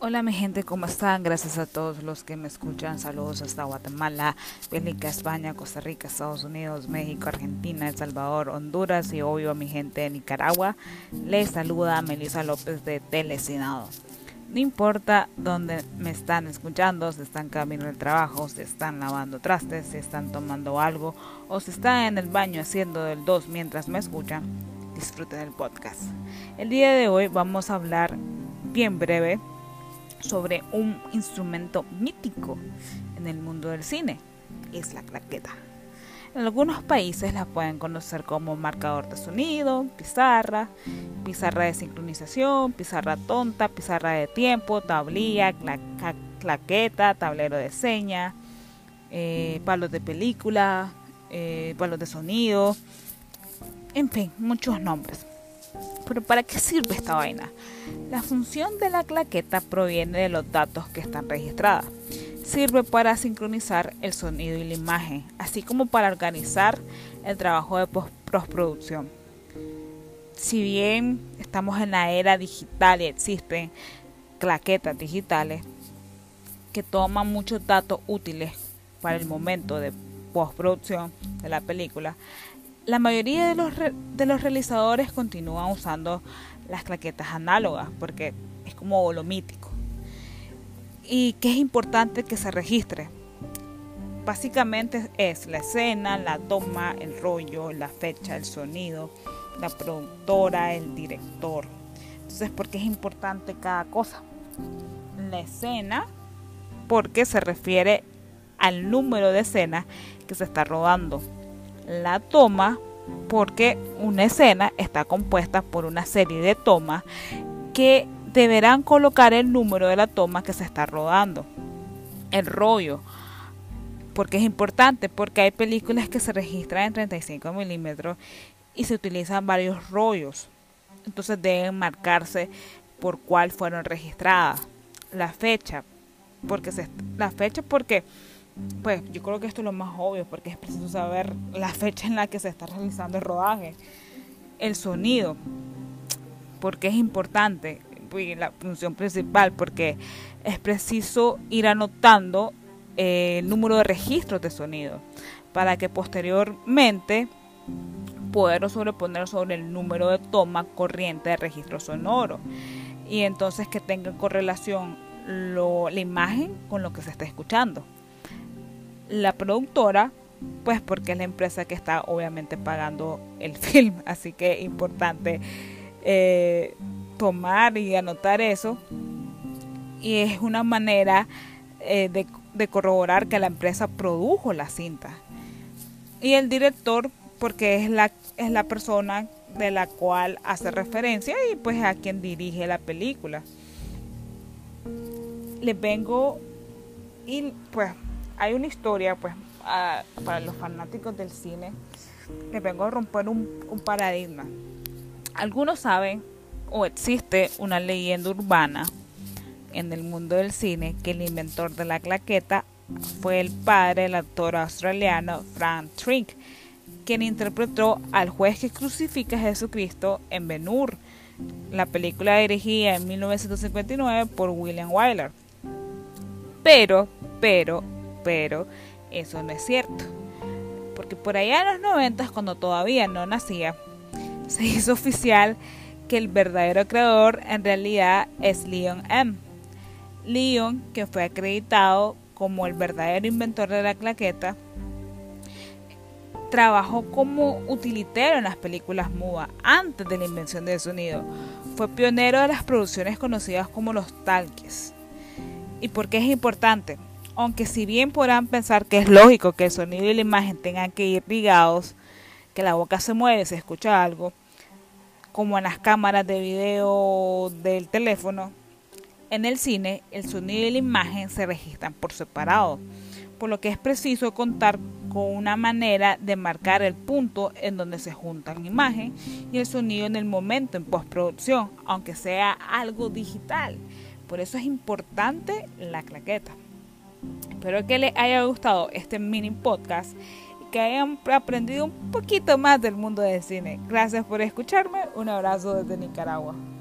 Hola mi gente, ¿cómo están? Gracias a todos los que me escuchan. Saludos hasta Guatemala, Bélgica, España, Costa Rica, Estados Unidos, México, Argentina, El Salvador, Honduras y obvio a mi gente de Nicaragua. Les saluda Melissa López de Telecinado. No importa dónde me están escuchando, si están camino al trabajo, si están lavando trastes, si están tomando algo o si están en el baño haciendo del 2 mientras me escuchan, disfruten del podcast. El día de hoy vamos a hablar bien breve sobre un instrumento mítico en el mundo del cine, es la claqueta. En algunos países la pueden conocer como marcador de sonido, pizarra de sincronización, pizarra tonta, pizarra de tiempo, tablilla, claqueta, tablero de señas, palos de película, palos de sonido, en fin, muchos nombres. Pero ¿para qué sirve esta vaina? La función de la claqueta proviene de los datos que están registrados. Sirve para sincronizar el sonido y la imagen, así como para organizar el trabajo de postproducción. Si bien estamos en la era digital y existen claquetas digitales que toman muchos datos útiles para el momento de postproducción de la película, la mayoría de los realizadores continúan usando las claquetas análogas porque es como lo mítico y que es importante que se registre. Básicamente es la escena, la toma, el rollo, la fecha, el sonido, la productora, el director. Entonces, ¿por qué es importante cada cosa? La escena porque se refiere al número de escenas que se está rodando. La toma porque una escena está compuesta por una serie de tomas que deberán colocar el número de la toma que se está rodando. El rollo porque es importante porque hay películas que se registran en 35 milímetros y se utilizan varios rollos, entonces deben marcarse por cuál fueron registradas. La fecha porque pues yo creo que esto es lo más obvio porque es preciso saber la fecha en la que se está realizando el rodaje. El sonido, porque es importante, y la función principal, porque es preciso ir anotando el número de registros de sonido para que posteriormente poder sobreponer sobre el número de toma corriente de registro sonoro y entonces que tenga correlación la imagen con lo que se está escuchando. La productora, pues porque es la empresa que está obviamente pagando el film, así que es importante tomar y anotar eso, y es una manera de corroborar que la empresa produjo la cinta. Y el director porque es la persona de la cual hace referencia y pues a quien dirige la película. Les vengo y pues hay una historia, pues, para los fanáticos del cine, les vengo a romper un paradigma. Algunos saben, o existe una leyenda urbana en el mundo del cine, que el inventor de la claqueta fue el padre del actor australiano Frank Trink, quien interpretó al juez que crucifica a Jesucristo en Ben-Hur, la película dirigida en 1959 por William Wyler. Pero eso no es cierto, porque por allá en los 90, cuando todavía no nacía, se hizo oficial que el verdadero creador en realidad es Leon M. Leon, que fue acreditado como el verdadero inventor de la claqueta, trabajó como utilitario en las películas mudas antes de la invención del sonido. Fue pionero de las producciones conocidas como los talkies. ¿Y por qué es importante? Aunque si bien podrán pensar que es lógico que el sonido y la imagen tengan que ir ligados, que la boca se mueve, se escucha algo, como en las cámaras de video del teléfono, en el cine el sonido y la imagen se registran por separado, por lo que es preciso contar con una manera de marcar el punto en donde se juntan la imagen y el sonido en el momento en postproducción, aunque sea algo digital. Por eso es importante la claqueta. Espero que les haya gustado este mini podcast y que hayan aprendido un poquito más del mundo del cine. Gracias por escucharme. Un abrazo desde Nicaragua.